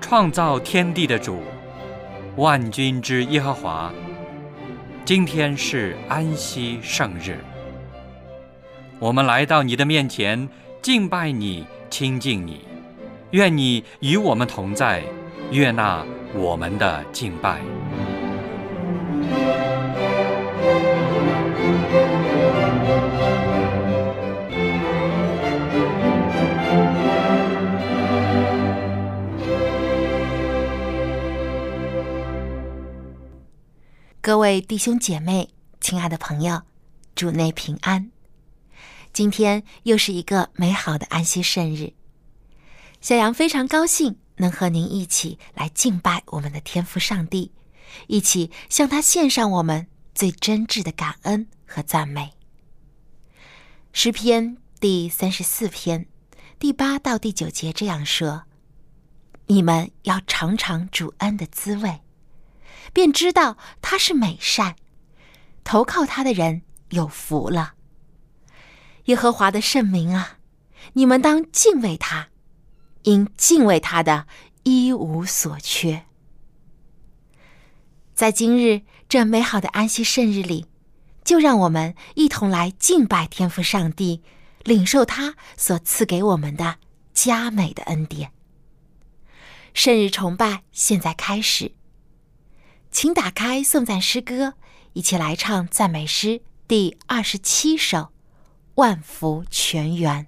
创造天地的主，万军之耶和华，今天是安息圣日。我们来到你的面前，敬拜你，亲近你。愿你与我们同在，悦纳我们的敬拜。 各位弟兄姐妹，亲爱的朋友，主内平安。今天又是一个美好的安息圣日，小杨非常高兴能和您一起来敬拜我们的天父上帝，一起向他献上我们最真挚的感恩和赞美。诗篇第34篇第8到第9节这样说：你们要尝尝主恩的滋味，便知道他是美善，投靠他的人有福了。耶和华的圣名啊，你们当敬畏他，因敬畏他的一无所缺。在今日这美好的安息圣日里，就让我们一同来敬拜天父上帝，领受他所赐给我们的佳美的恩典。圣日崇拜现在开始，请打开颂赞诗歌，一起来唱赞美诗第27首，万福全圆。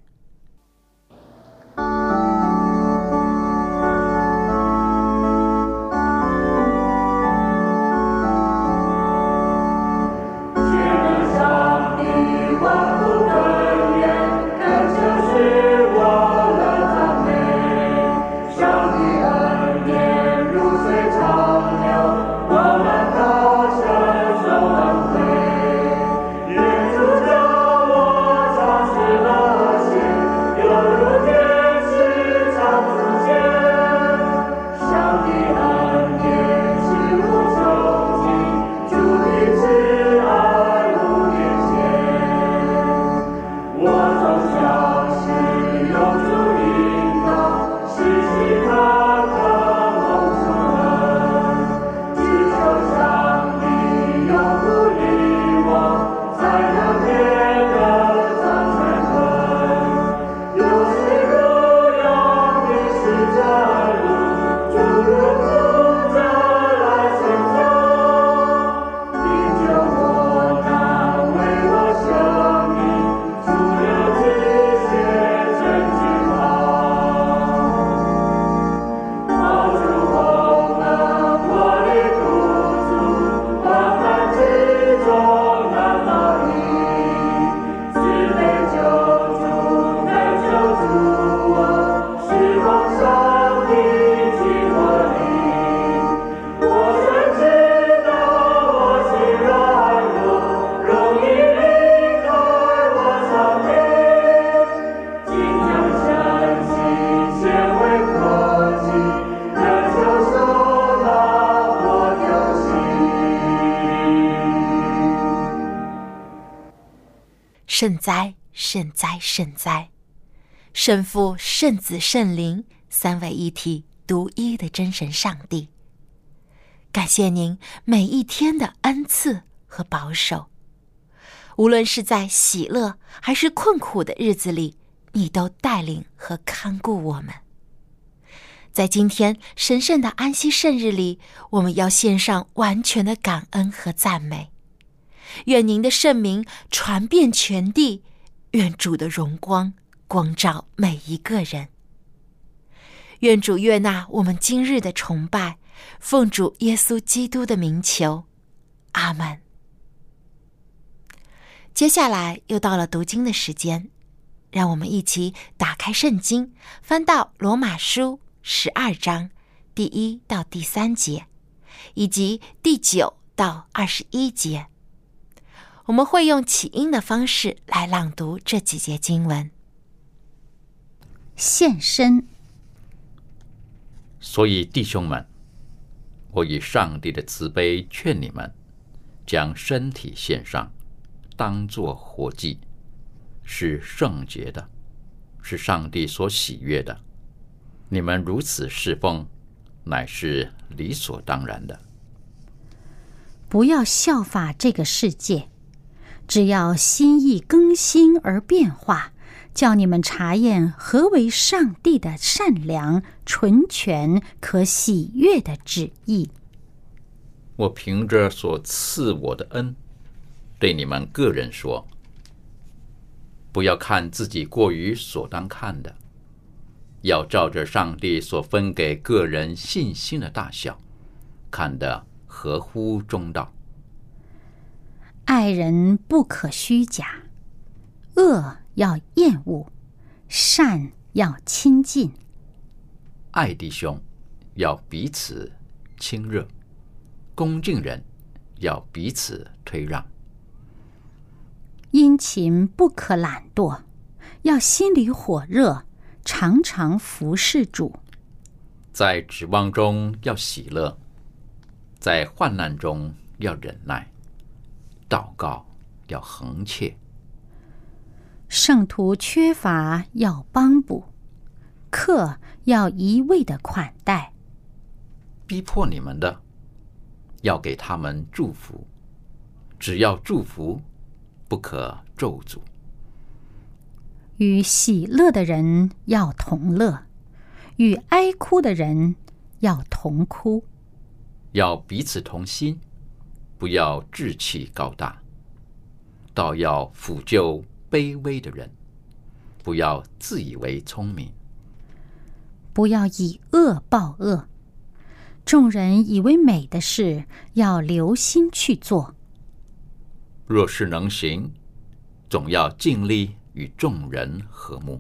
圣哉，圣哉，圣哉！圣父、圣子、圣灵，三位一体，独一的真神上帝。感谢您每一天的恩赐和保守，无论是在喜乐还是困苦的日子里，你都带领和看顾我们。在今天神圣的安息圣日里，我们要献上完全的感恩和赞美。愿您的圣名传遍全地，愿主的荣光光照每一个人。愿主悦纳我们今日的崇拜，奉主耶稣基督的名求，阿们。接下来又到了读经的时间，让我们一起打开圣经，翻到罗马书12章第1到第3节，以及第9到21节。我们会用起音的方式来朗读这几节经文。 献身。 所以弟兄们，我以上帝的慈悲劝你们，将身体献上，当作活祭，是圣洁的，是上帝所喜悦的。你们如此侍奉， 乃是理所当然的。 不要效法这个世界，只要心意更新而变化，叫你们察验何为上帝的善良、纯全、可喜悦的旨意。 我凭着所赐我的恩，对你们个人说，不要看自己过于所当看的，要照着上帝所分给个人信心的大小，看得合乎中道。 爱人不可虚假，恶要厌恶，善要亲近。 爱弟兄要彼此亲热，恭敬人要彼此推让。 殷勤不可懒惰，要心里火热，常常服侍主。 在指望中要喜乐，在患难中要忍耐，祷告要恒切。 圣徒缺乏要帮补，客要一味的款待。 逼迫你们的，要给他们祝福，只要祝福，不可咒诅。 与喜乐的人要同乐，与哀哭的人要同哭。 要彼此同心，不要志气高大，倒要抚救卑微的人，不要自以为聪明。 不要以恶报恶，众人以为美的事，要留心去做。 若是能行，总要尽力与众人和睦。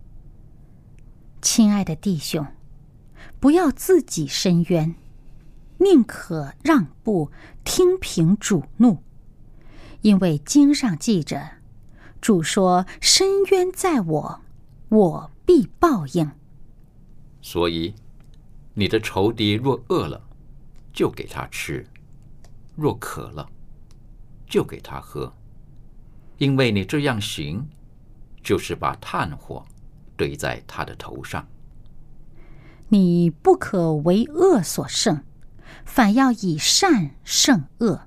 亲爱的弟兄，不要自己伸冤，宁可让步，听凭主怒。因为经上记着，主说：“伸冤在我，我必报应。” 所以，你的仇敌若饿了，就给他吃；若渴了，就给他喝。因为你这样行，就是把炭火堆在他的头上。 你不可为恶所胜，反要以善胜恶。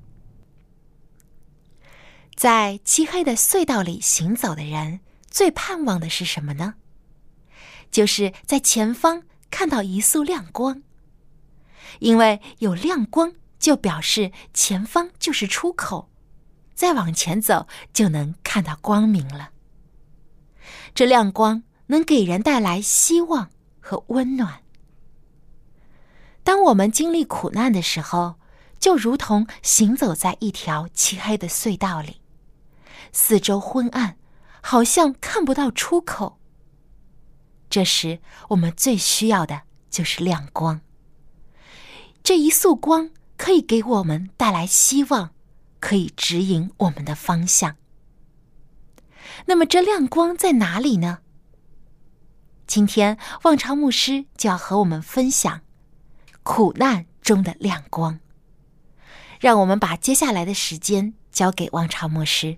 在漆黑的隧道里行走的人，最盼望的是什么呢？就是在前方看到一束亮光。因为有亮光，就表示前方就是出口，再往前走就能看到光明了。这亮光能给人带来希望和温暖。当我们经历苦难的时候，就如同行走在一条漆黑的隧道里，四周昏暗，好像看不到出口。这时我们最需要的就是亮光。这一束光可以给我们带来希望，可以指引我们的方向。那么这亮光在哪里呢？今天望潮牧师就要和我们分享苦难中的亮光。让我们把接下来的时间交给望潮牧师。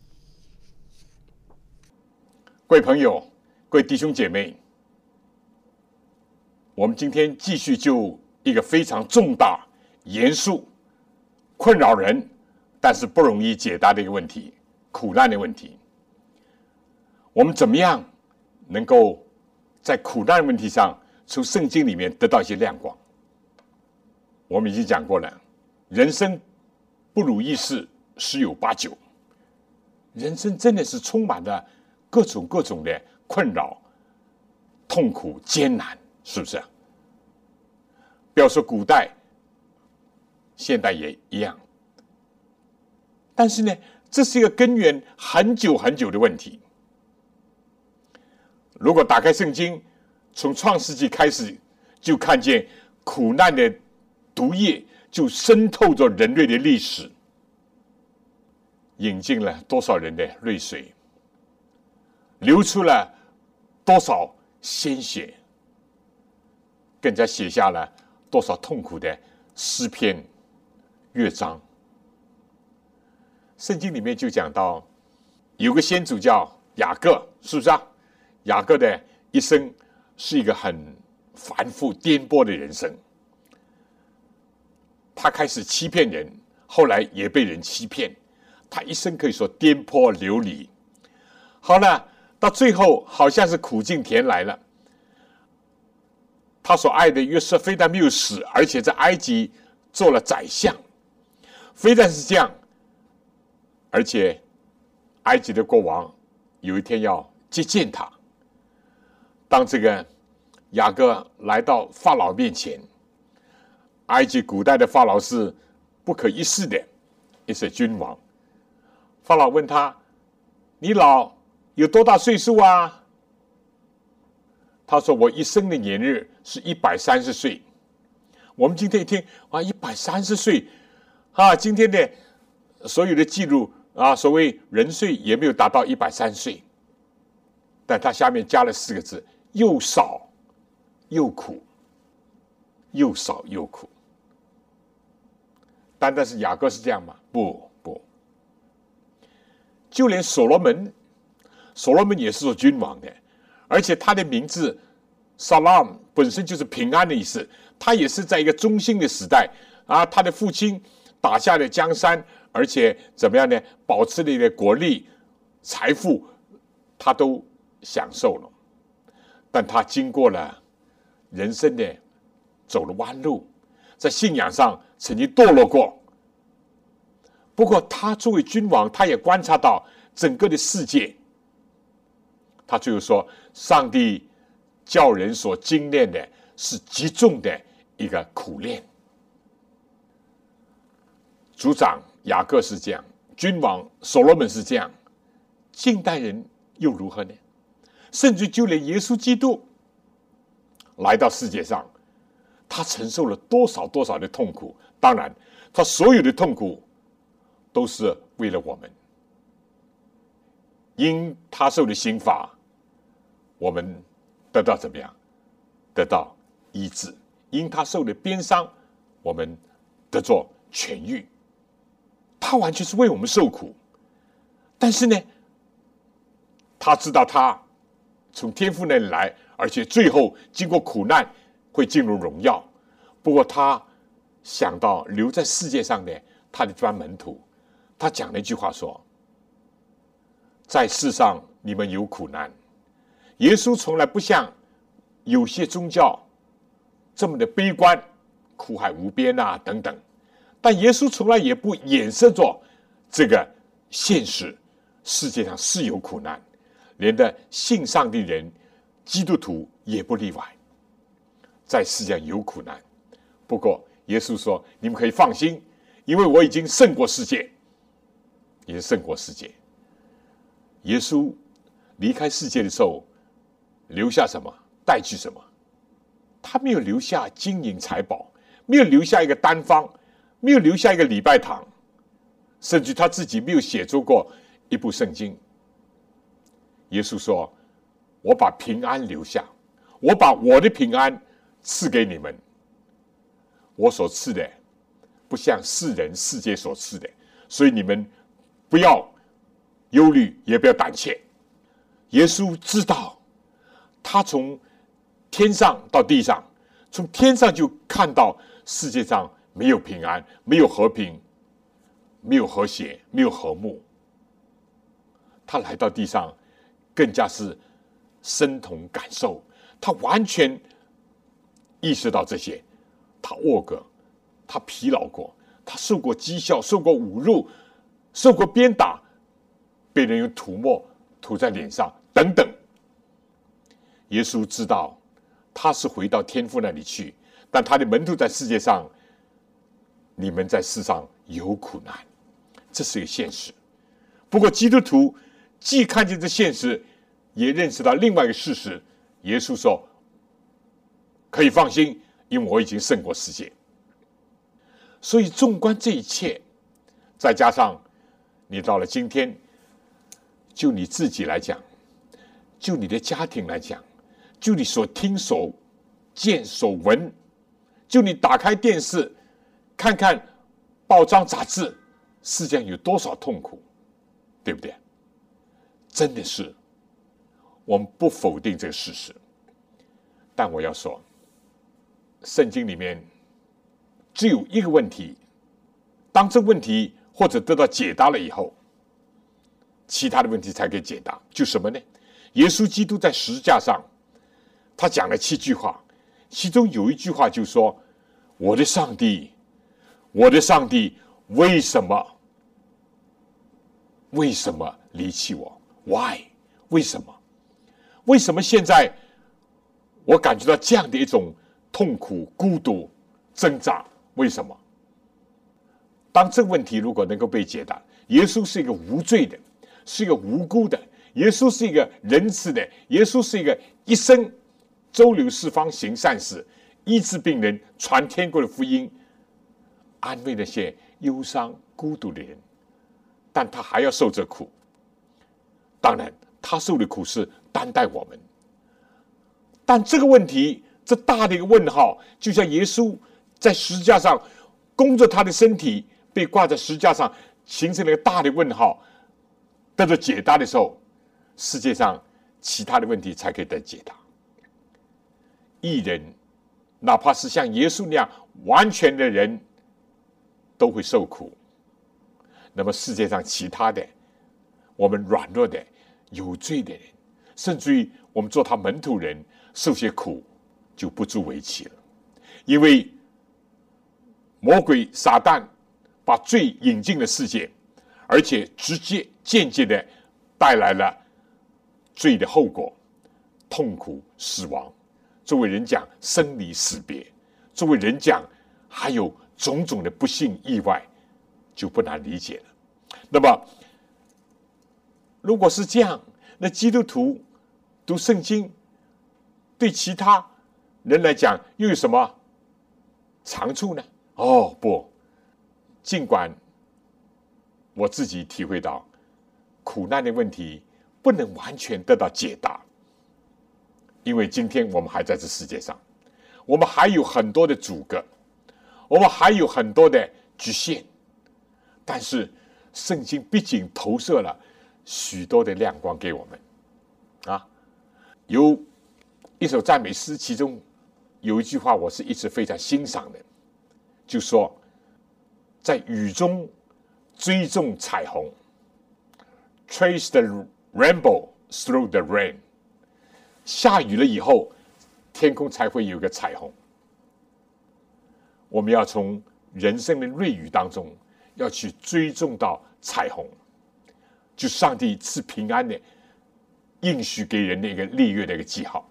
各位朋友，各位弟兄姐妹，我们今天继续就一个非常重大、严肃、困扰人，但是不容易解答的一个问题——苦难的问题。我们怎么样能够在苦难问题上，从圣经里面得到一些亮光？我们已经讲过了，人生不如意事十有八九，人生真的是充满了各种的困扰、痛苦、艰难，是不是？不要说古代，现代也一样。但是呢，这是一个根源很久很久的问题。如果打开圣经，从创世纪开始，就看见苦难的毒液就渗透着人类的历史，引进了多少人的泪水，流出了多少鲜血，更加写下了多少痛苦的诗篇、乐章。圣经里面就讲到，有个先祖叫雅各，是不是啊？雅各的一生是一个很繁复颠簸的人生， 他开始欺骗人，后来也被人欺骗，他一生可以说颠簸流离。好了，到最后好像是苦尽甜来了。他所爱的约瑟非但没有死，而且在埃及做了宰相。非但是这样，而且埃及的国王有一天要接见他。当这个雅各来到法老面前，埃及古代的法老是不可一世的一些君王。法老问他：“你老有多大岁数啊？”他说：“我一生的年日是130岁。”我们今天一听啊，130岁啊，今天的所有的记录啊，所谓人岁也没有达到130岁。但他下面加了4个字：又少又苦，又少又苦。单单是雅各是这样吗？不，就连所罗门也是做君王的。而且他的名字 Salam 本身就是平安的意思，他也是在一个中兴的时代啊，他的父亲打下了江山，而且怎么样呢？保持了一个国力、财富，他都享受了。但他经过了人生的走了弯路，在信仰上曾经堕落过。不过他作为君王，他也观察到整个的世界。他最后说，上帝叫人所精炼的是极重的一个苦练。族长雅各是这样，君王所罗门是这样，近代人又如何呢？甚至就连耶稣基督来到世界上，他承受了多少的痛苦。当然他所有的痛苦都是为了我们，因他受的刑罚，我们得到怎么样？得到医治。因他受的鞭伤，我们得着痊愈。他完全是为我们受苦。但是呢，他知道他从天父那里来，而且最后经过苦难会进入荣耀。不过他想到留在世界上的他的这帮门徒，他讲了一句话说：在世上你们有苦难。耶稣从来不像有些宗教这么的悲观，苦海无边啊等等，但耶稣从来也不掩饰着这个现实，世界上是有苦难，连的信上帝人基督徒也不例外，在世界上有苦难。不过耶稣说，你们可以放心，因为我已经胜过世界，已经胜过世界。耶稣离开世界的时候留下什么？带去什么？他没有留下金银财宝，没有留下一个单方，没有留下一个礼拜堂，甚至他自己没有写出过一部圣经。耶稣说，我把平安留下，我把我的平安赐给你们，我所赐的不像世界所赐的，所以你们不要忧虑，也不要胆怯。耶稣知道，他从天上到地上，从天上就看到世界上没有平安，没有和平，没有和谐，没有和睦。他来到地上，更加是身同感受，他完全意识到这些。他饿过，他疲劳过，他受过讥笑，受过侮辱，受过鞭打，被人用土沫涂在脸上等等。耶稣知道他是回到天父那里去，但他的门徒在世界上，你们在世上有苦难，这是一个现实。不过基督徒既看见这现实，也认识到另外一个事实。耶稣说，可以放心，因为我已经胜过世界。所以纵观这一切，再加上你到了今天，就你自己来讲，就你的家庭来讲，就你所听所见所闻，就你打开电视看看报章杂志，世界上有多少痛苦，对不对？真的是，我们不否定这个事实，但我要说，圣经里面只有一个问题，当这个问题或者得到解答了以后，其他的问题才可以解答。就什么呢？耶稣基督在十字架上，他讲了7句话，其中有一句话就说：我的上帝，我的上帝，为什么离弃我 ？Why？ 为什么？为什么现在我感觉到这样的一种痛苦、孤独、挣扎？为什么？当这个问题如果能够被解答，耶稣是一个无罪的，是一个无辜的，耶稣是一个仁慈的，耶稣是一个一生周流四方行善事，医治病人，传天国的福音，安慰那些忧伤孤独的人，但他还要受这苦。当然他受的苦是担待我们，但这个问题，这大的一个问号，就像耶稣在十字架上供着他的身体被挂在十字架上，形成了一个大的问号，得到解答的时候，世界上其他的问题才可以得解答。义人哪怕是像耶稣那样完全的人都会受苦，那么世界上其他的我们软弱的有罪的人，甚至于我们做他门徒人受些苦就不足为奇了。因为魔鬼撒旦把罪引进了世界，而且直接间接的带来了罪的后果，痛苦死亡。作为人讲生离死别，作为人讲还有种种的不幸意外，就不难理解了。那么如果是这样，那基督徒读圣经对其他人来讲又有什么长处呢？哦，不，尽管我自己体会到苦难的问题不能完全得到解答，因为今天我们还在这世界上，我们还有很多的阻隔，我们还有很多的局限，但是圣经毕竟投射了许多的亮光给我们啊。有一首赞美诗，其中有一句话我是一直非常欣赏的，就说在雨中追踪彩虹 ，trace the rainbow through the rain。下雨了以后，天空才会有个彩虹。我们要从人生的瑞雨当中，要去追踪到彩虹，就上帝赐平安的应许给人的一个历月的一个记号。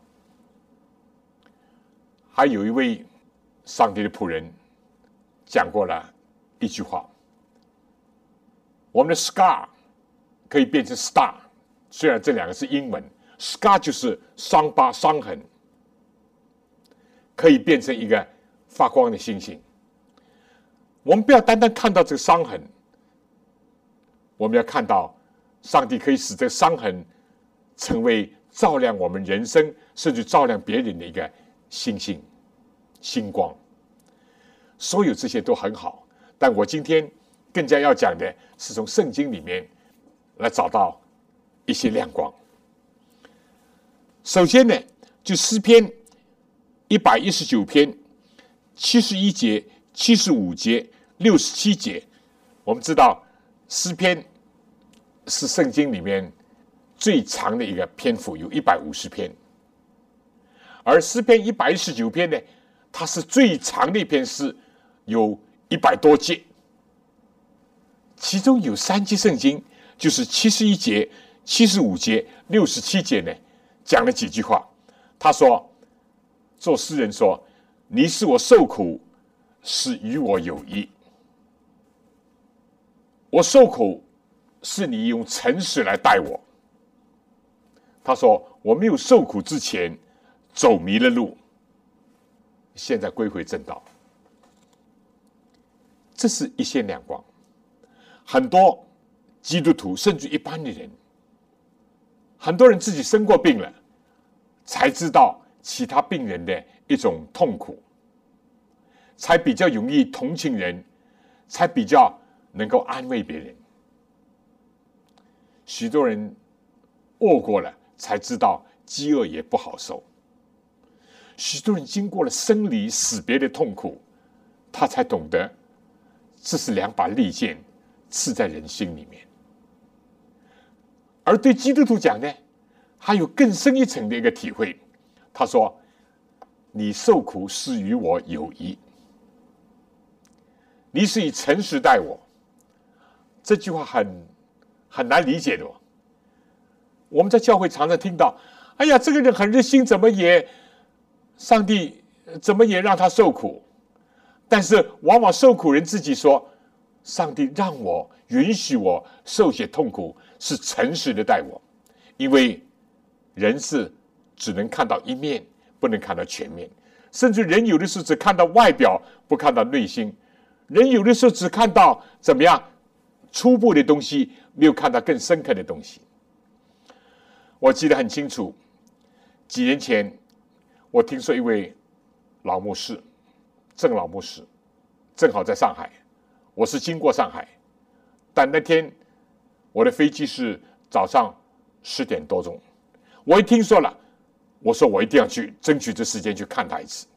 还有一位上帝的仆人讲过了一句话：我们的 scar 可以变成 star， 虽然这两个是英文。scar 就是伤疤伤痕，可以变成一个发光的星星。我们不要单单看到这个伤痕，我们要看到上帝可以使这个伤痕成为照亮我们人生甚至照亮别人的一个星星星光。所有这些都很好，但我今天更加要讲的是从圣经里面来找到一些亮光。首先呢，就诗篇119篇71节、75节、67节。我们知道诗篇是圣经里面最长的一个篇幅，有150篇，而诗篇119篇呢，它是最长的一篇诗，有100多节。其中有3节圣经，就是71节、75节、67节呢，讲了几句话。他说，做诗人说，你使我受苦，是与我有益。我受苦，是你用诚实来待我。他说，我没有受苦之前走迷了路，现在归回正道。这是一线亮光。很多基督徒甚至一般的人，很多人自己生过病了，才知道其他病人的一种痛苦，才比较容易同情人，才比较能够安慰别人。许多人饿过了，才知道饥饿也不好受。许多人经过了生离死别的痛苦， 他才懂得这是两把利剑刺在人心里面。而对基督徒讲呢，还有更深一层的一个体会。他说：“你受苦是与我有益，你是以诚实待我。”这句话很难理解的。我们在教会常常听到：“哎呀，这个人很热心，上帝怎么也让他受苦？”但是往往受苦人自己说：“上帝让我允许我受些痛苦，是诚实的待我。”因为人是只能看到一面，不能看到全面，甚至人有的时候只看到外表，不看到内心。人有的时候只看到怎么样初步的东西，没有看到更深刻的东西。我记得很清楚，几年前我听说一位老牧师，郑老牧师，正好在上海，我是经过上海，但那天我的飞机是早上10点多钟，我一听说了，我说我一定要去争取这时间去看他一次。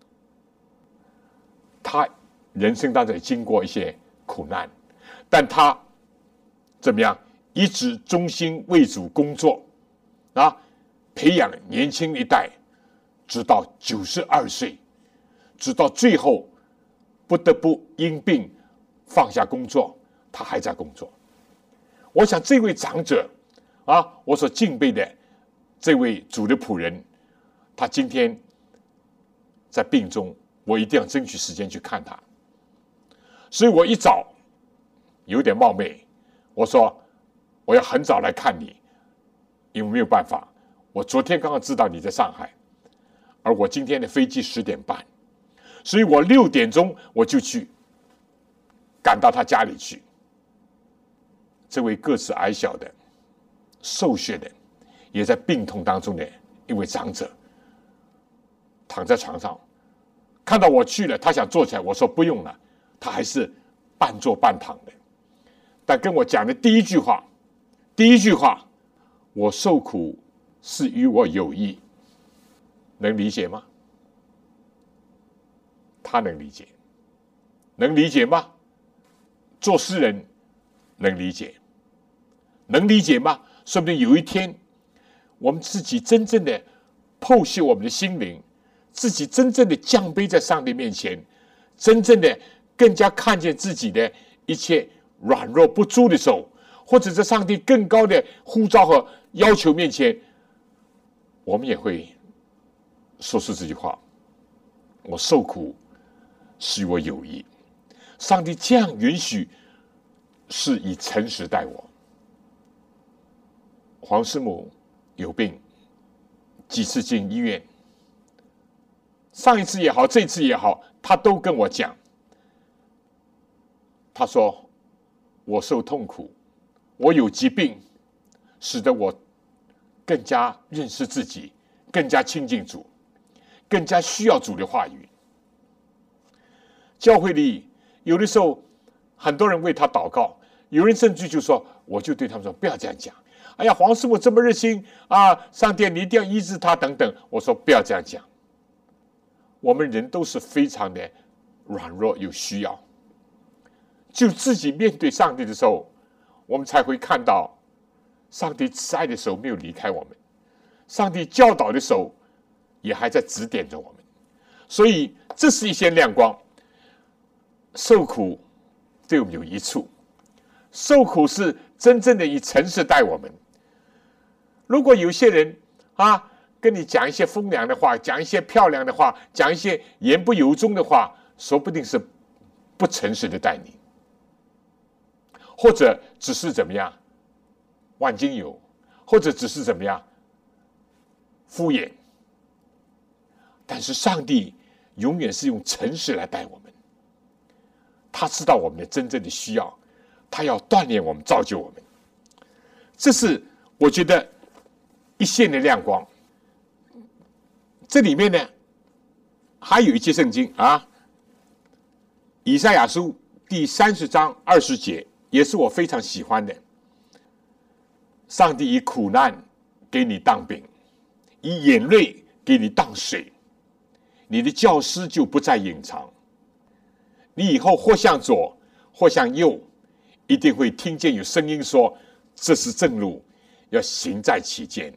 他人生当中也经过一些苦难，但他怎么样一直忠心为主工作啊，培养年轻一代，直到92岁，直到最后不得不因病放下工作，他还在工作。我想这位长者啊，我所敬佩的这位主的仆人，他今天在病中，我一定要争取时间去看他。所以我一早有点冒昧，我说我要很早来看你，因为没有办法，我昨天刚刚知道你在上海，而我今天的飞机10点半，所以我6点钟我就去赶到他家里去。这位个子矮小的、瘦削的，也在病痛当中的一位长者，躺在床上，看到我去了，他想坐起来，我说不用了，他还是半坐半躺的。但跟我讲的第一句话，我受苦是与我有益，能理解吗？他能理解，能理解吗？做诗人能理解，能理解吗？说不定有一天，我们自己真正的剖析我们的心灵，自己真正的降卑在上帝面前，真正的更加看见自己的一切软弱不足的时候，或者在上帝更高的呼召和要求面前，我们也会说出这句话：我受苦是与我有益。上帝这样允许，是以诚实待我。黄师母有病，几次进医院，上一次也好，这次也好，他都跟我讲，他说我受痛苦，我有疾病，使得我更加认识自己，更加亲近主，更加需要主的话语。教会里有的时候很多人为他祷告，有人甚至就说，我就对他们说，不要这样讲，哎呀，黄师傅这么热心啊，上帝你一定要医治他等等。我说不要这样讲，我们人都是非常的软弱有需要，就自己面对上帝的时候，我们才会看到上帝慈爱的手没有离开我们，上帝教导的手也还在指点着我们。所以这是一线亮光。受苦对我们有益处，受苦是真正的以诚实待我们。如果有些人啊跟你讲一些风凉的话，讲一些漂亮的话，讲一些言不由衷的话，说不定是不诚实的待你，或者只是怎么样万金油，或者只是怎么样敷衍。但是上帝永远是用诚实来待我们，他知道我们的真正的需要，他要锻炼我们，造就我们。这是我觉得一线的亮光。这里面呢还有一节圣经啊，以赛亚书第30章20节，也是我非常喜欢的。上帝以苦难给你当饼，以眼泪给你当水，你的教师就不再隐藏。 你以后或向左，或向右，一定会听见有声音说：“这是正路，要行在其间。”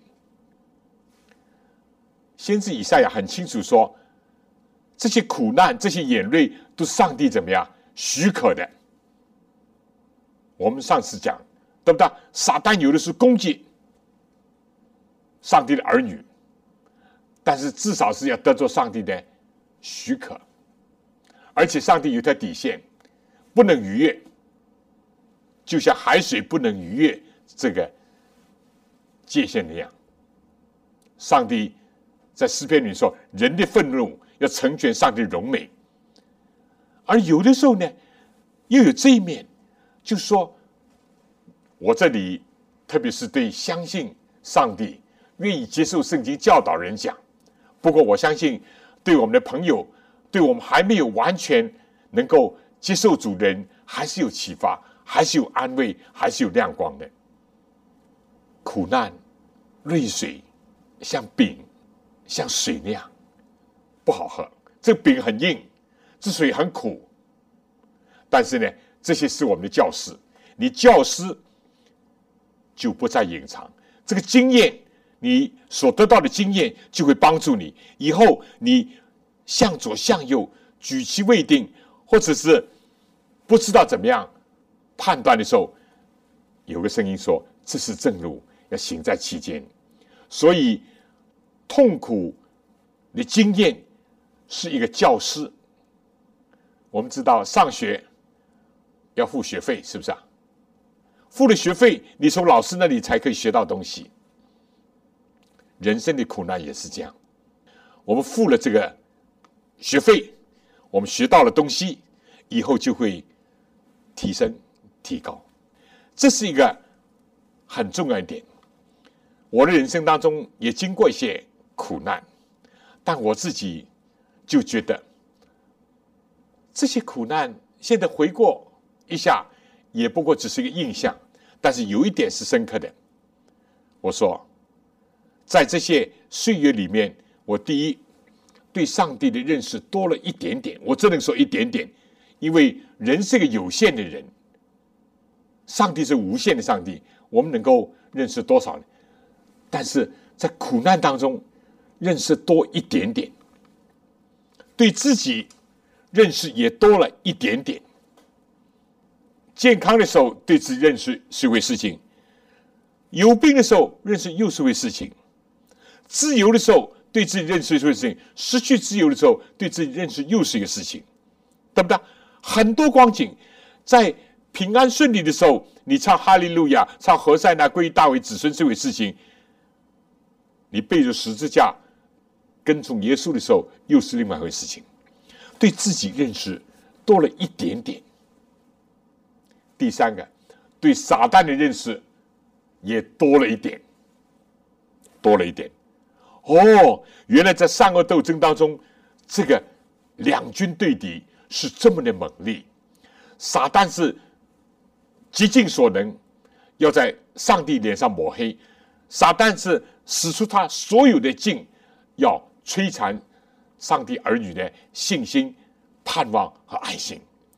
先知以赛亚很清楚说，这些苦难、这些眼泪，都是上帝怎么样许可的。我们上次讲，对不对？撒旦有的是攻击上帝的儿女，但是至少是要得着上帝的许可，而且上帝有条底线，不能逾越，就像海水不能逾越这个界限那样。上帝在诗篇里说，人的愤怒要成全上帝的荣美，而有的时候呢，又有这一面，就是说，我这里特别是对相信上帝、愿意接受圣经教导人讲。不过我相信，对我们的朋友，对我们还没有完全能够接受主的人，还是有启发，还是有安慰，还是有亮光的。苦难、泪水，像饼、像水那样不好喝。这饼很硬，这水很苦。但是呢，这些是我们的教师，你教师就不再隐藏这个经验，你所得到的经验就会帮助你以后你向左向右举棋未定，或者是不知道怎么样判断的时候，有个声音说这是正路，要行在其间。所以痛苦的经验是一个教师。我们知道上学要付学费，是不是啊？付了学费，你从老师那里才可以学到东西。人生的苦难也是这样，我们付了这个学费，我们学到了东西，以后就会提升提高。这是一个很重要一点。我的人生当中也经过一些苦难，但我自己就觉得这些苦难现在回过一下，也不过只是一个印象，但是有一点是深刻的。我说，在这些岁月里面，我第一对上帝的认识多了一点点，我只能说一点点，因为人是个有限的人，上帝是无限的上帝，我们能够认识多少呢？但是在苦难当中认识多一点点，对自己认识也多了一点点。健康的时候对自己认识是一回事情，有病的时候认识又是一回事情，自由的时候对自己认识是一回事情，失去自由的时候对自己认识又是一个事情，对不对？很多光景，在平安顺利的时候，你唱哈利路亚，唱何塞那归于大卫子孙这回事情，你背着十字架跟从耶稣的时候又是另外一回事情。对自己认识多了一点点。第三个，对撒旦的认识也多了一点，多了一点。哦，原来在善恶斗争当中，这个两军对敌是这么的猛烈，撒旦是极尽所能要在上帝脸上抹黑，撒旦是使出他所有的劲，要摧残上帝儿女的信心、盼望和爱心。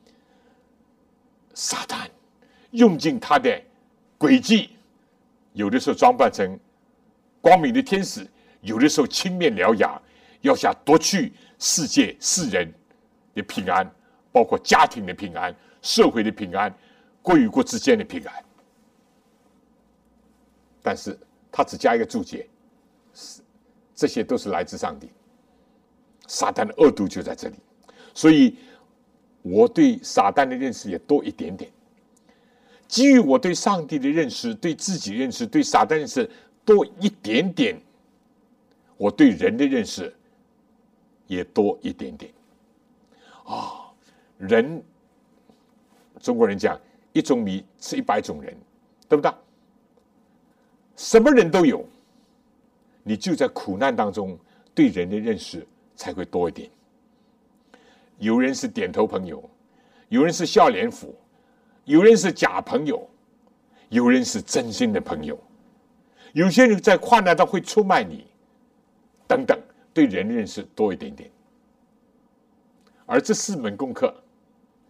撒旦用尽他的诡计，有的时候装扮成光明的天使，有的时候青面獠牙，要想夺去世界世人的平安，包括家庭的平安、社会的平安、国与国之间的平安。但是他只加一个注解，这些都是来自上帝。撒旦的恶毒就在这里，所以我对撒旦的认识也多一点点。基于我对上帝的认识、对自己认识、对撒旦认识多一点点，我对人的认识也多一点点。人，中国人讲一种米吃100种人，对不对？什么人都有，你就在苦难当中对人的认识才会多一点。有人是点头朋友，有人是笑脸虎，有人是假朋友，有人是真心的朋友，有些人在患难中会出卖你，等等，对人的认识多一点点。而这4门功课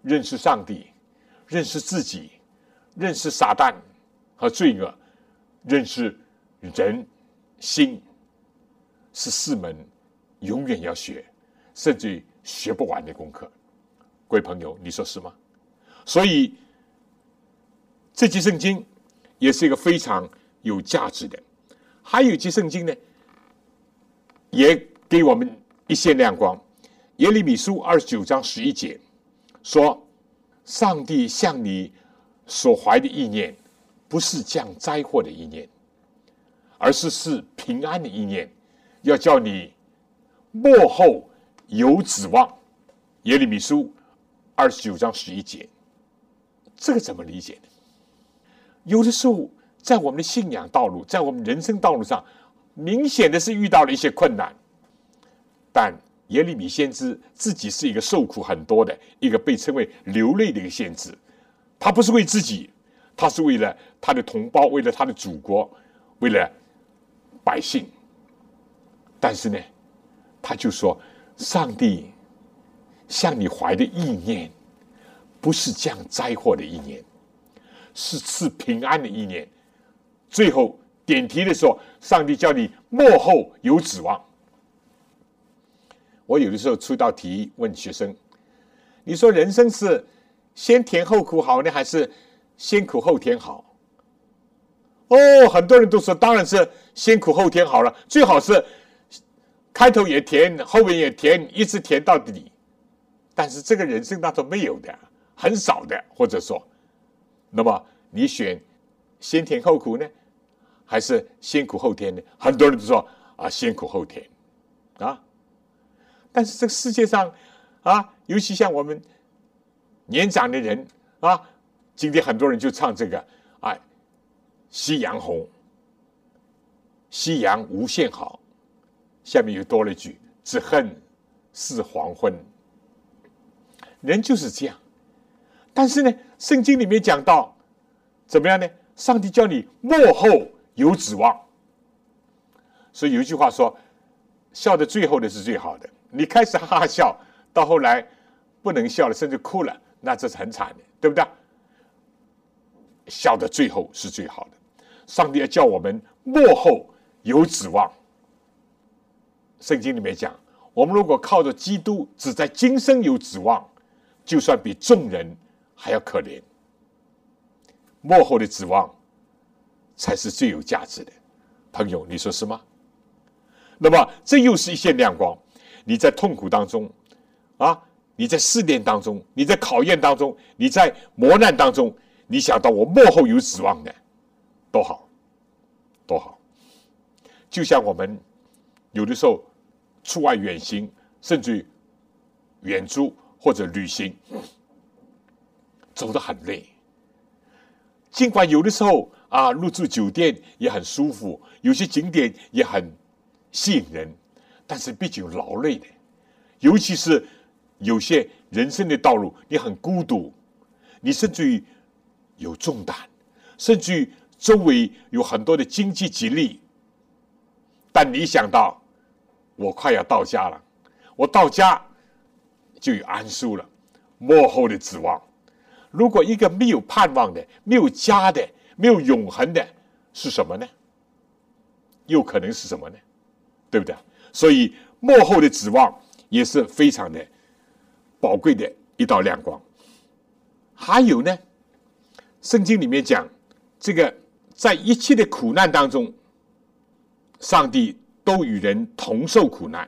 认识上帝，认识自己，认识撒旦和罪恶，认识人心，是4门永远要学，甚至于学不完的功课。各位朋友，你说是吗？所以这节圣经也是一个非常有价值的。还有一节圣经呢，也给我们一线亮光。耶利米书29章11节说，上帝向你所怀的意念，不是降灾祸的意念，而是平安的意念，要叫你末后有指望。耶利米书29章11节，这个怎么理解呢？有的时候在我们的信仰道路，在我们人生道路上，明显的是遇到了一些困难，但耶利米先知自己是一个受苦很多的一个被称为流泪的一个先知，他不是为自己，他是为了他的同胞，为了他的祖国，为了百姓。但是呢，他就说，上帝向你怀的意念，不是降灾祸的意念，是赐平安的意念。最后点题的时候，上帝叫你末后有指望。我有的时候出道题问学生，你说人生是先甜后苦好呢，还是先苦后甜好？很多人都说当然是先苦后甜好了，最好是开头也甜，后面也甜，一直甜到底。但是这个人生当中没有的，很少的，或者说，那么你选先甜后苦呢，还是先苦后甜呢？很多人都说先苦后甜啊。但是这个世界上尤其像我们年长的人今天很多人就唱这个夕阳红，夕阳无限好，下面又多了一句，只恨是黄昏。人就是这样。但是呢，圣经里面讲到怎么样呢？上帝叫你末后有指望。所以有一句话说，笑的最后的是最好的。你开始哈哈笑，到后来不能笑了，甚至哭了，那这是很惨的，对不对？笑的最后是最好的。上帝要叫我们末后有指望。圣经里面讲，我们如果靠着基督只在今生有指望，就算比众人还要可怜。末后的指望才是最有价值的。朋友，你说是吗？那么这又是一线亮光。你在痛苦当中你在试炼当中，你在考验当中，你在磨难当中，你想到我末后有指望的，多好多好。就像我们有的时候出外远行，甚至远租或者旅行，走得很累，尽管有的时候入住酒店也很舒服，有些景点也很吸引人，但是毕竟劳累的。尤其是有些人生的道路，你很孤独，你甚至于有重担，甚至于周围有很多的经济激励，但你想到我快要到家了，我到家就有安舒了，末后的指望。如果一个没有盼望的，没有家的，没有永恒的，是什么呢？又可能是什么呢？对不对？所以末后的指望也是非常的宝贵的一道亮光。还有呢，圣经里面讲，这个在一切的苦难当中，上帝都与人同受苦难，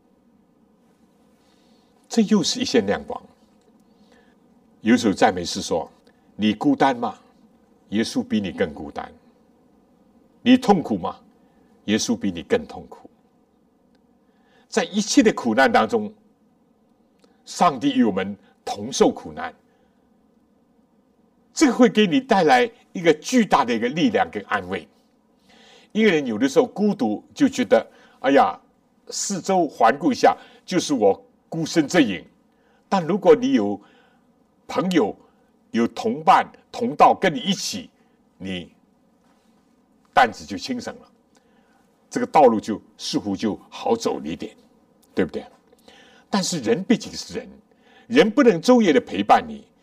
这又是一线亮光。有首赞美诗说，你孤单吗？耶稣比你更孤单。你痛苦吗？耶稣比你更痛苦。在一切的苦难当中，上帝与我们同受苦难，这个会给你带来一个巨大的一个力量跟安慰。一个人有的时候孤独，就觉得哎呀，四周环顾一下，就是我孤身这影。但如果你有朋友、有同伴、同道跟你一起，你担子就轻省了，这个道路就似乎就好走了一点，对不对？但是人毕竟是人，人不能昼夜的陪伴你，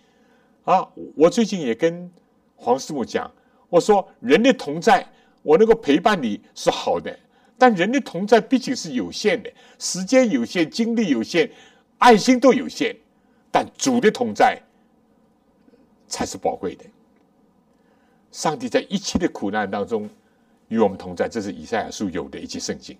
我最近也跟黄师母讲，我说人的同在，我能够陪伴你是好的，但人的同在毕竟是有限的，时间有限，精力有限，爱心都有限，但主的同在才是宝贵的。上帝在一切的苦难当中与我们同在，这是以赛亚书有的一节圣经。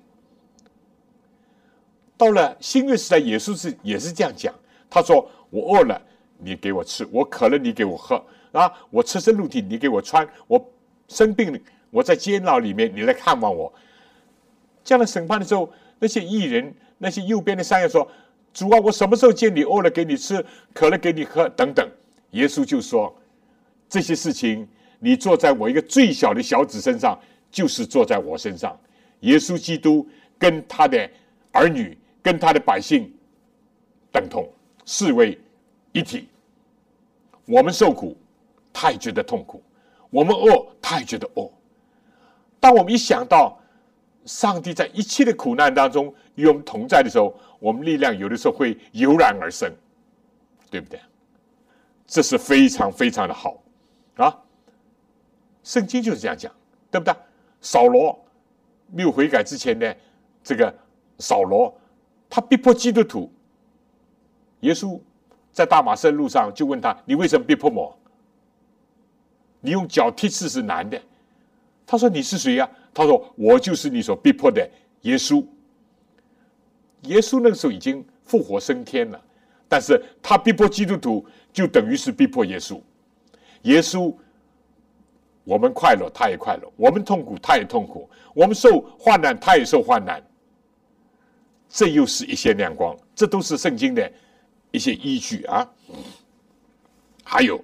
到了新约时代，耶稣也是这样讲，他说我饿了你给我吃，我渴了你给我喝，我赤身露体你给我穿，我生病了我在监牢里面你来看望我。这样的审判的时候，那些义人，那些右边的山羊说，主啊，我什么时候见你饿了给你吃，渴了给你喝等等。耶稣就说，这些事情你做在我一个最小的小子身上，就是做在我身上。耶稣基督跟他的儿女跟他的百姓等同，视为一体。我们受苦他也觉得痛苦，我们饿他也觉得饿。当我们一想到上帝在一切的苦难当中与我们同在的时候，我们力量有的时候会油然而生，对不对？这是非常非常的好圣经就是这样讲，对不对？扫罗没有悔改之前呢，这个扫罗他逼迫基督徒，耶稣在大马色路上就问他，你为什么逼迫我？你用脚踢刺是难的。他说，你是谁呀？他说，我就是你所逼迫的耶稣。耶稣那个时候已经复活升天了，但是他逼迫基督徒就等于是逼迫耶稣。耶稣我们快乐他也快乐，我们痛苦他也痛苦，我们受患难他也受患难。这又是一线亮光，这都是圣经的一些依据还有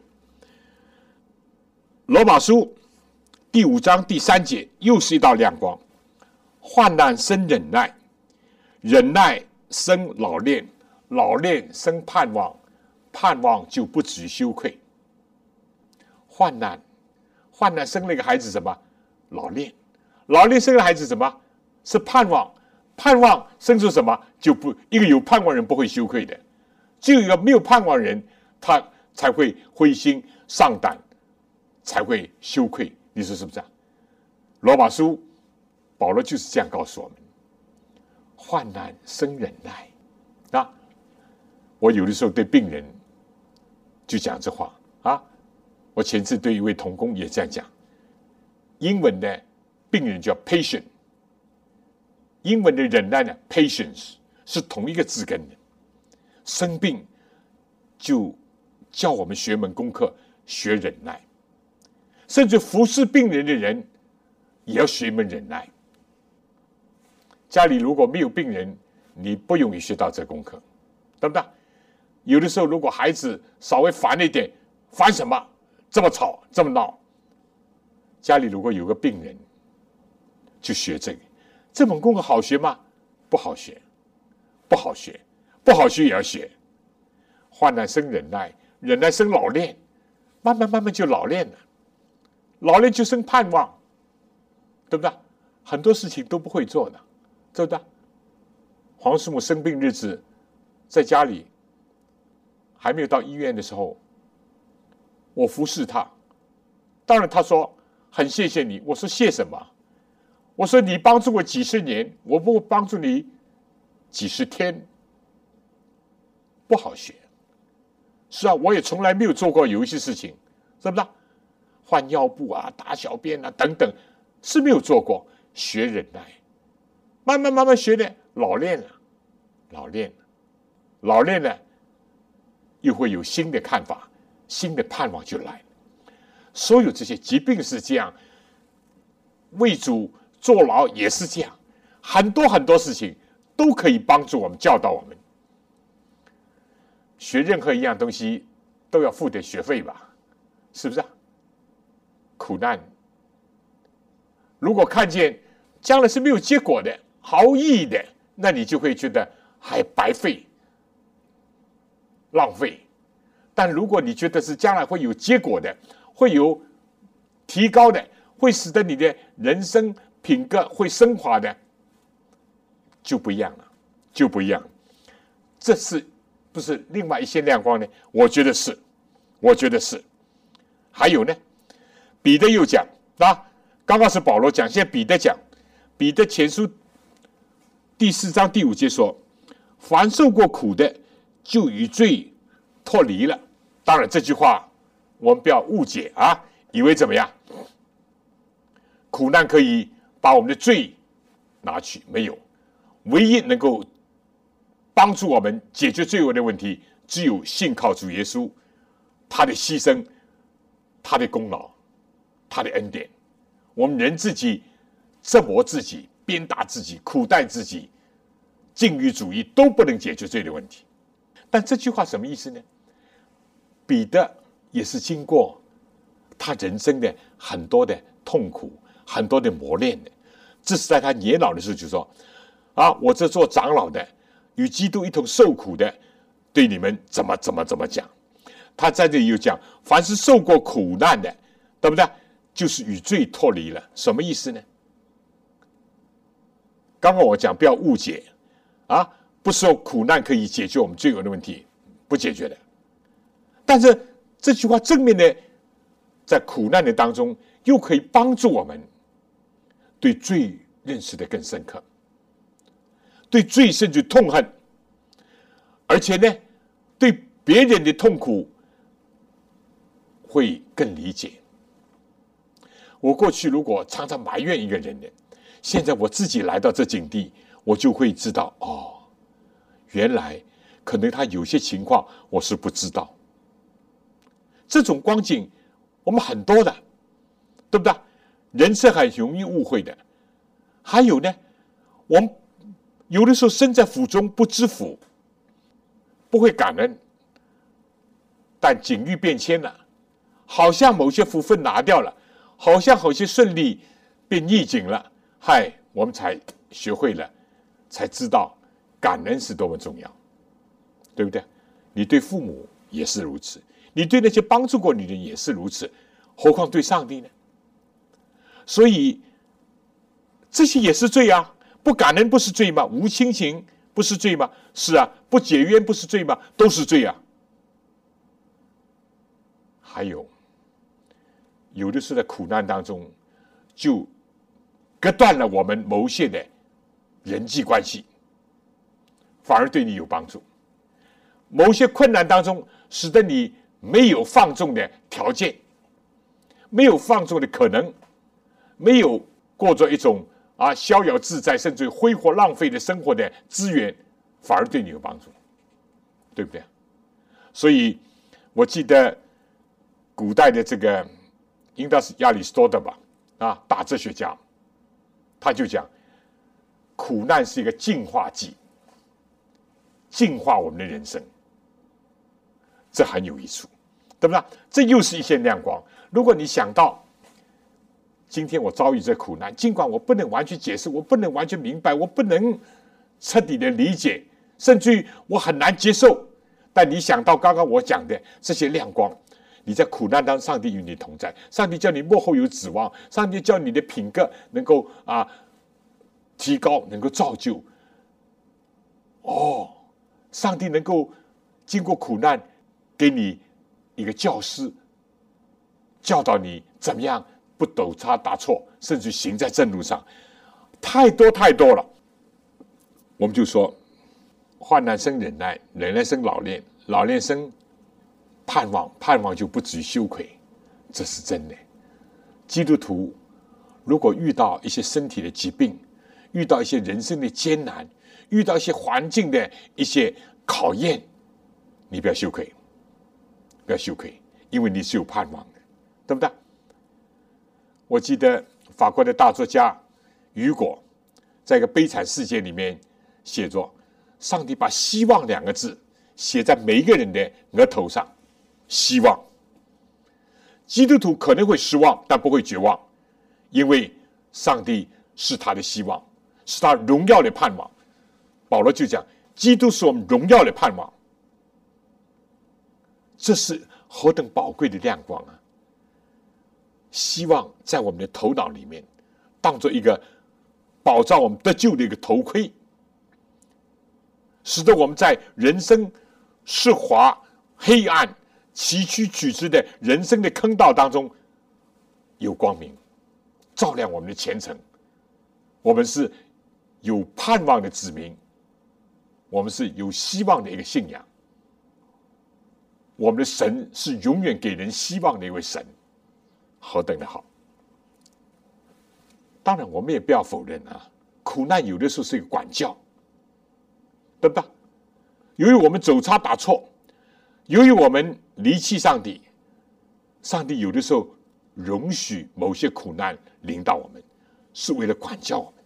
罗马书第5章第3节又是一道亮光，患难生忍耐，忍耐生老练，老练生盼望，盼望就不止羞愧。患难生了一个孩子什么？老练，老练生了孩子什么？是盼望，盼望生出什么？一个有盼望人不会羞愧的，只有一个没有盼望人，他才会灰心丧胆，才会羞愧。你说是不是罗马书保罗就是这样告诉我们，患难生忍耐我有的时候对病人就讲这话我前次对一位同工也这样讲，英文的病人叫 patient， 英文的忍耐呢 patience 是同一个字根的。生病就叫我们学门功课，学忍耐，甚至服侍病人的人也要学一门忍耐。家里如果没有病人，你不容易学到这功课，对不对？有的时候如果孩子稍微烦一点，烦什么？这么吵这么闹，家里如果有个病人就学这门功课好学吗？不好学，不好学，不好学也要学。患难生忍耐，忍耐生老练，慢慢就老练了，老练就生盼望，对不对？很多事情都不会做的，对不对？黄师母生病日子，在家里还没有到医院的时候，我服侍他，当然他说很谢谢你，我说谢什么？我说你帮助我几十年，我不帮助你几十天，不好学。是我也从来没有做过有一些事情，是不是？换尿布打小便等等，是没有做过。学忍耐，慢慢学的，老练了，又会有新的看法，新的盼望就来了。所有这些疾病是这样，为主坐牢也是这样，很多事情都可以帮助我们，教导我们。学任何一样东西都要付点学费吧，是不是苦难，如果看见将来是没有结果的，毫无意义的，那你就会觉得还白费浪费。但如果你觉得是将来会有结果的，会有提高的，会使得你的人生品格会升华的，就不一样了，这是不是另外一些亮光呢？我觉得是， 我觉得是。还有呢，彼得又讲刚刚是保罗讲，现在彼得讲，彼得前书第4章第5节说，凡受过苦的，就与罪脱离了。当然这句话我们不要误解以为怎么样？苦难可以把我们的罪拿去？没有，唯一能够帮助我们解决罪恶的问题，只有信靠主耶稣，他的牺牲，他的功劳，他的恩典。我们人自己折磨自己，鞭打自己，苦待自己，禁欲主义都不能解决罪的问题。但这句话什么意思呢？彼得也是经过他人生的很多的痛苦，很多的磨练的。这是在他年老的时候就说我这做长老的，与基督一同受苦的，对你们怎么讲。他在这里又讲，凡是受过苦难的，对不对？就是与罪脱离了。什么意思呢？刚刚我讲不要误解不受苦难可以解决我们罪恶的问题，不解决的。但是这句话正面的，在苦难的当中，又可以帮助我们对罪认识的更深刻，对罪甚至痛恨，而且呢，对别人的痛苦会更理解。我过去如果常常埋怨一个人呢，现在我自己来到这境地，我就会知道原来可能他有些情况我是不知道。这种光景我们很多的，对不对？人是很容易误会的。还有呢，我们有的时候身在福中不知福，不会感恩，但境遇变迁了，好像某些福分拿掉了，好像有些顺利变逆境了，我们才学会了，才知道感恩是多么重要，对不对？你对父母也是如此，你对那些帮助过你的人也是如此，何况对上帝呢？所以这些也是罪不感恩不是罪吗？无亲情不是罪吗？是不解冤不是罪吗？都是罪还有的是在苦难当中就割断了我们某些的人际关系，反而对你有帮助。某些困难当中使得你没有放纵的条件，没有放纵的可能，没有过着一种逍遥自在甚至挥霍浪费的生活的资源，反而对你有帮助，对不对？所以我记得古代的这个应该是亚里士多德吧，大哲学家，他就讲苦难是一个净化剂，净化我们的人生，这很有益处，对不对？这又是一线亮光。如果你想到今天我遭遇这苦难，尽管我不能完全解释，我不能完全明白，我不能彻底的理解，甚至于我很难接受，但你想到刚刚我讲的这些亮光，你在苦难当中，上帝与你同在，上帝叫你幕后有指望，上帝叫你的品格能够提高，能够造就。上帝能够经过苦难给你一个教师，教导你怎么样不抖差答错，甚至行在正路上，太多太多了。我们就说患难生忍耐，忍耐生老练，老练生盼望，盼望就不至于羞愧，这是真的。基督徒如果遇到一些身体的疾病，遇到一些人生的艰难，遇到一些环境的一些考验，你不要羞愧，不要羞愧，因为你是有盼望的，对不对？我记得法国的大作家雨果在一个悲惨世界里面写作，上帝把希望2个字写在每一个人的额头上，希望。基督徒可能会失望，但不会绝望，因为上帝是他的希望，是他荣耀的盼望。保罗就讲，基督是我们荣耀的盼望，这是何等宝贵的亮光啊！希望在我们的头脑里面当作一个保障我们得救的一个头盔，使得我们在人生湿滑黑暗崎岖曲直的人生的坑道当中有光明，照亮我们的前程。我们是有盼望的子民，我们是有希望的一个信仰。我们的神是永远给人希望的一位神，何等的好！当然，我们也不要否认啊，苦难有的时候是一个管教，对不对？由于我们走差打错，由于我们离弃上帝，上帝有的时候容许某些苦难临到我们，是为了管教我们。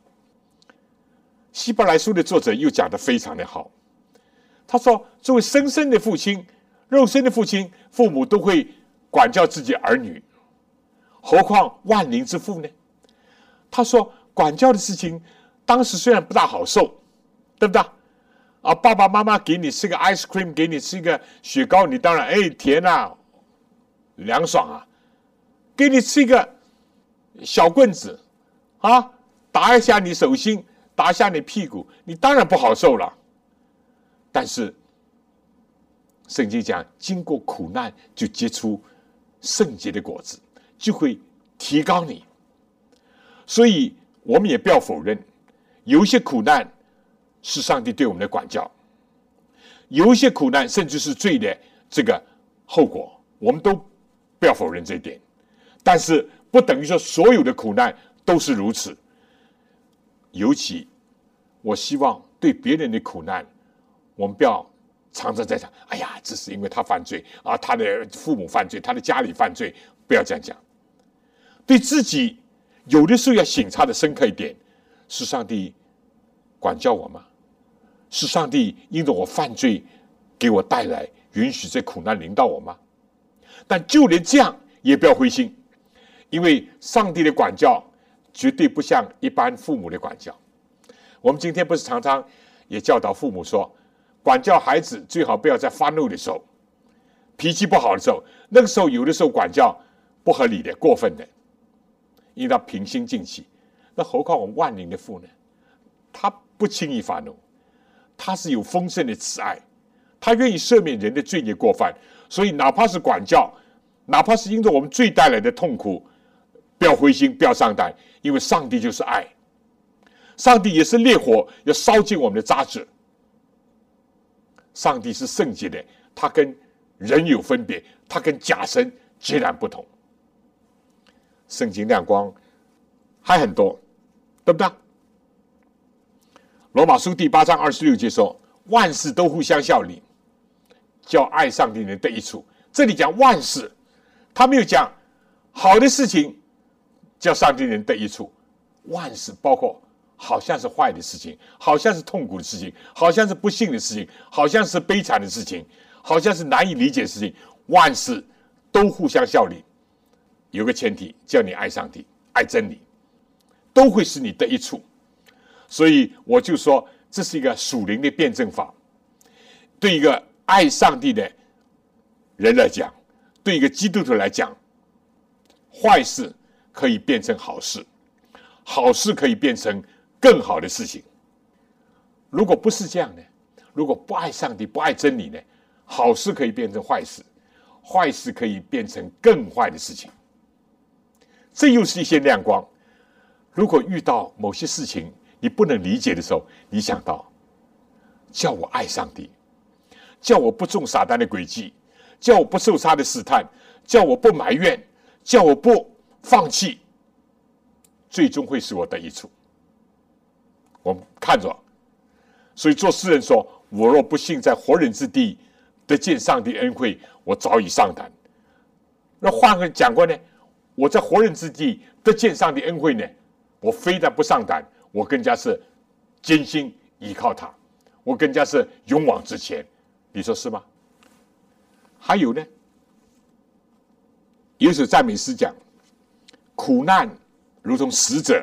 希伯来书的作者又讲得非常的好，他说，作为生身的父亲，肉身的父亲，父母都会管教自己儿女，何况万灵之父呢？他说，管教的事情当时虽然不大好受，对不对？啊，爸爸妈妈给你吃个 ice cream， 给你吃个雪糕，你当然甜啊，凉爽啊。给你吃一个小棍子啊，打一下你手心，打一下你屁股，你当然不好受了。但是圣经讲，经过苦难就结出圣洁的果子，就会提高你。所以我们也不要否认，有一些苦难是上帝对我们的管教，有一些苦难甚至是罪的这个后果，我们都不要否认这一点。但是不等于说所有的苦难都是如此。尤其我希望对别人的苦难，我们不要常常在讲，哎呀，这是因为他犯罪啊，他的父母犯罪，他的家里犯罪，不要这样讲。对自己有的时候要省察的深刻一点，是上帝管教我吗？是上帝因着我犯罪给我带来允许这苦难临到我吗？但就连这样也不要灰心，因为上帝的管教绝对不像一般父母的管教。我们今天不是常常也教导父母说，管教孩子最好不要在发怒的时候，脾气不好的时候，那个时候有的时候管教不合理的、过分的，因为他平心静气。那何况我们万灵的父呢？他不轻易发怒，他是有丰盛的慈爱，他愿意赦免人的罪孽过犯。所以哪怕是管教，哪怕是因着我们罪带来的痛苦，不要灰心，不要上当，因为上帝就是爱，上帝也是烈火，要烧尽我们的渣滓。上帝是圣洁的，他跟人有分别，他跟假神截然不同。圣经亮光还很多，对不对？罗马书第8章26节说，万事都互相效力，叫爱上帝的人得益处。这里讲万事，他没有讲好的事情叫上帝的人得益处。万事包括好像是坏的事情，好像是痛苦的事情，好像是不幸的事情，好像是悲惨的事情，好像是难以理解的事情，万事都互相效力。有个前提，叫你爱上帝，爱真理，都会使你得益处。所以我就说，这是一个属灵的辩证法。对一个爱上帝的人来讲，对一个基督徒来讲，坏事可以变成好事，好事可以变成更好的事情。如果不是这样呢？如果不爱上帝，不爱真理呢？好事可以变成坏事，坏事可以变成更坏的事情。这又是一些亮光。如果遇到某些事情你不能理解的时候，你想到叫我爱上帝，叫我不中撒旦的诡计，叫我不受他的试探，叫我不埋怨，叫我不放弃，最终会使我得益处。我们看着，所以做诗人说，我若不幸在活人之地得见上帝恩惠，我早已上胆。那换个讲过呢，我在活人之地得见上帝恩惠呢，我非但不上胆，我更加是坚心依靠他，我更加是勇往直前。你说是吗？还有呢，有一首赞美诗讲，苦难如同使者，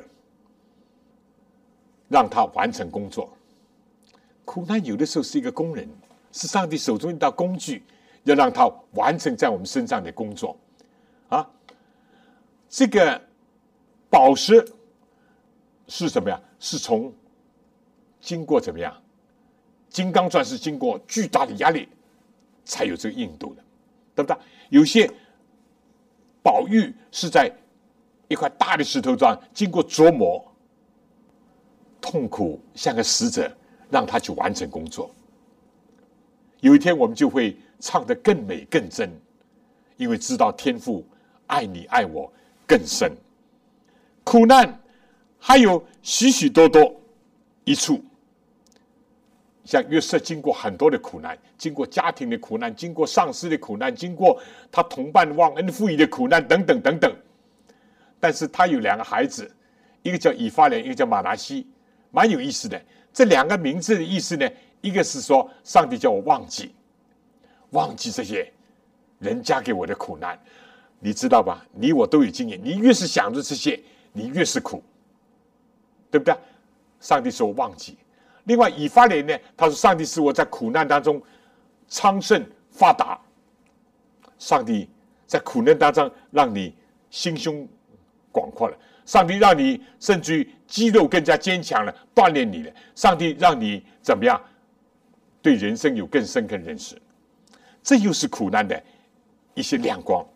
让他完成工作。苦难有的时候是一个工人，是上帝手中一道工具，要让他完成在我们身上的工作啊。这个宝石是什么呀？是从经过怎么样？金刚钻是经过巨大的压力才有这个硬度的。 对不对？有些宝玉是在一块大的石头上经过琢磨，痛苦像个使者，让他去完成工作。有一天我们就会唱得更美更真，因为知道天父爱你爱我更深。苦难还有许许多多一处，像约瑟经过很多的苦难，经过家庭的苦难，经过上司的苦难，经过他同伴忘恩负义的苦难等等等等。但是他有2个孩子，一个叫以法莲，一个叫马拿西，蛮有意思的。这2个名字的意思呢，一个是说上帝叫我忘记这些人家给我的苦难，你知道吧？你我都有经验，你越是想着这些，你越是苦，对不对？上帝说我忘记。另外以法莲呢，他说上帝使我在苦难当中昌盛发达，上帝在苦难当中让你心胸广阔了，上帝让你甚至于肌肉更加坚强了，锻炼你了，上帝让你怎么样对人生有更深刻的认识。这又是苦难的一些亮光，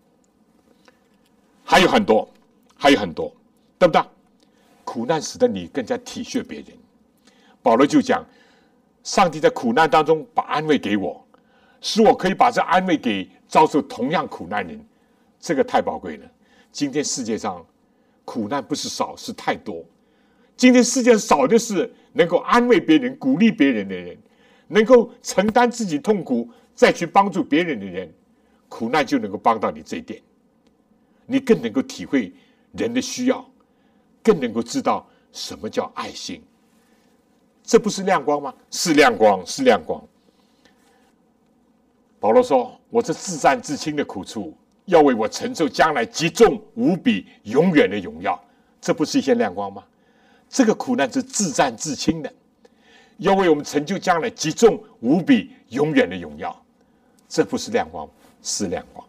还有很多，对不对？苦难使得你更加体恤别人。保罗就讲，上帝在苦难当中把安慰给我，使我可以把这安慰给遭受同样苦难人，这个太宝贵了。今天世界上苦难不是少，是太多。今天世界上少的是能够安慰别人、鼓励别人的人，能够承担自己痛苦再去帮助别人的人，苦难就能够帮到你这一点。你更能够体会人的需要，更能够知道什么叫爱心。这不是亮光吗？是亮光，是亮光。保罗说，我这自战自轻的苦处，要为我承受将来极重无比永远的荣耀，这不是一些亮光吗？这个苦难是自战自轻的，要为我们成就将来极重无比永远的荣耀，这不是亮光，是亮光。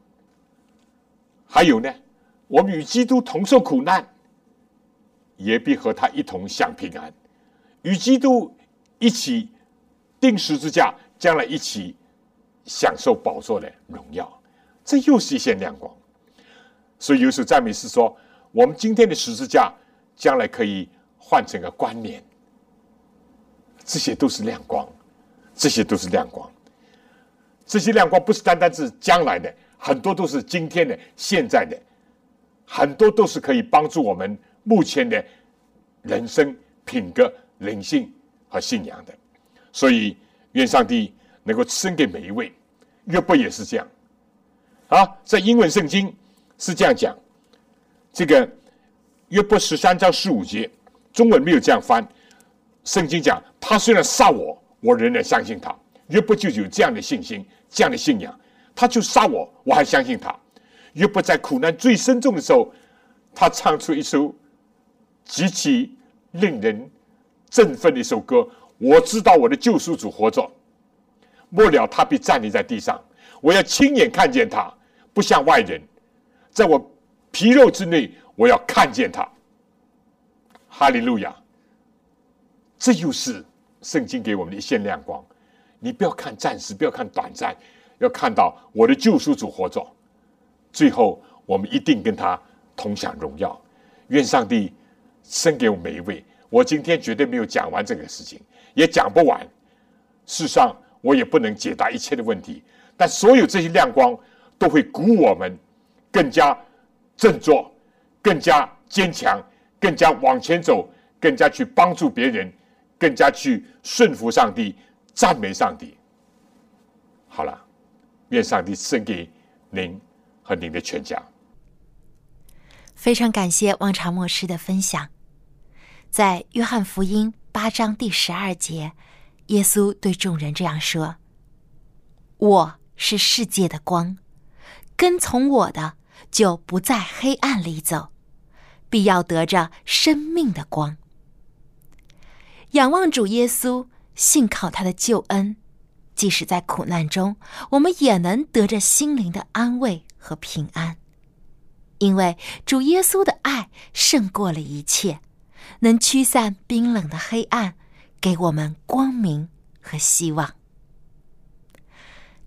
还有呢，我们与基督同受苦难，也必和他一同享平安，与基督一起钉十字架，将来一起享受宝座的荣耀，这又是一线亮光。所以有首赞美诗说，我们今天的十字架将来可以换成个冠冕，这些都是亮光，这些都是亮光。这些亮光不是单单是将来的，很多都是今天的、现在的，很多都是可以帮助我们目前的人生品格、人性和信仰的。所以愿上帝能够赐恩给每一位。约伯也是这样在英文圣经是这样讲，这个约伯13章15节，中文没有这样翻。圣经讲，他虽然杀我，我仍然相信他。约伯就有这样的信心，这样的信仰，他就杀我，我还相信他。约伯在苦难最深重的时候，他唱出一首极其令人振奋的一首歌，我知道我的救赎主活着，末了他必站立在地上，我要亲眼看见他，不像外人，在我皮肉之内，我要看见他。哈利路亚！这又是圣经给我们的一线亮光。你不要看暂时，不要看短暂，要看到我的救赎主活着，最后我们一定跟他同享荣耀。愿上帝赐给我们每一位。我今天绝对没有讲完这个事情，也讲不完。事实上，我也不能解答一切的问题，但所有这些亮光都会鼓舞我们更加振作，更加坚强，更加往前走，更加去帮助别人，更加去顺服上帝，赞美上帝。好了，愿上帝赐给您和您的全家。 非常感谢汪长牧师的分享。在约翰福音8章第12节，耶稣对众人这样说：我是世界的光，跟从我的就不在黑暗里走，必要得着生命的光。仰望主耶稣，信靠他的救恩，即使在苦难中，我们也能得着心灵的安慰和平安，因为主耶稣的爱胜过了一切，能驱散冰冷的黑暗，给我们光明和希望。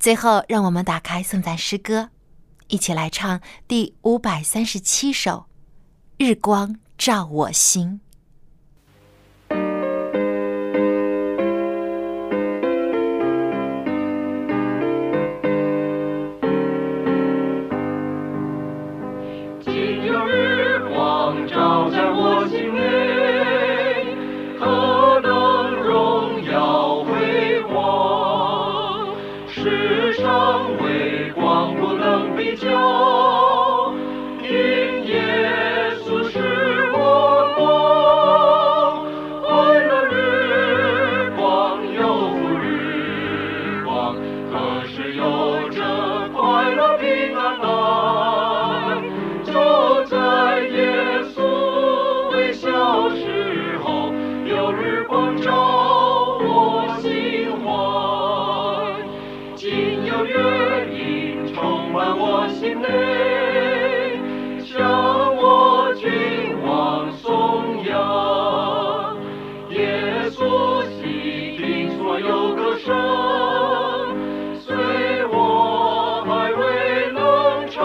最后，让我们打开颂赞诗歌，一起来唱第537首《日光照我心》。 今有日光照在我心内，何等荣耀辉煌！世上微光不能比较，因耶稣是我光。快乐日光，有福日光，何时有这快乐平安来？就在耶稣微笑时候，有日光照我心怀。今有月影充满我心内，向我君王颂扬。耶稣洗净所有歌声，虽我还未能唱。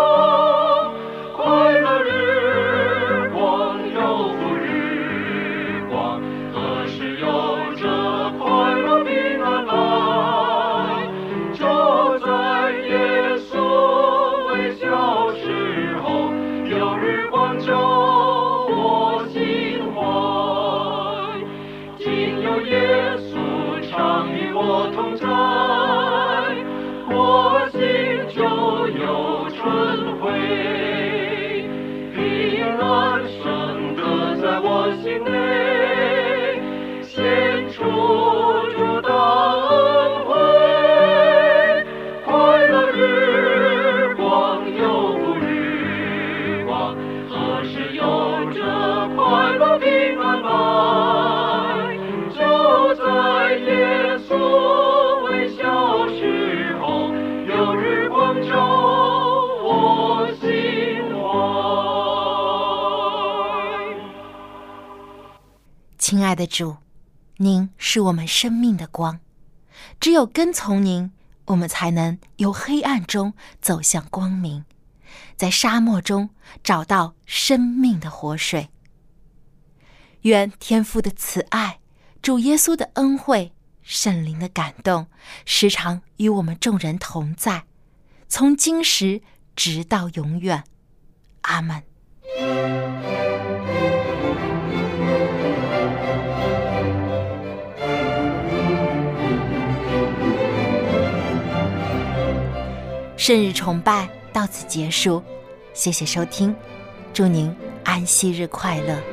快乐日光，有福日光，何时有这快乐平安来？就在耶稣微笑时候，有日光照我心怀。今有耶稣常与我同在，我心就有春晖。平安圣德在我心内，显出主的恩惠。快乐日光，有福日光，何时有这快乐平安来？就在耶稣微笑时候，有日光照我心怀。 亲爱的主，您是我们生命的光，只有跟从您，我们才能由黑暗中走向光明，在沙漠中找到生命的活水。愿天父的慈爱、主耶稣的恩惠、圣灵的感动，时常与我们众人同在，从今时直到永远。阿们。圣日崇拜到此结束，谢谢收听，祝您安息日快乐。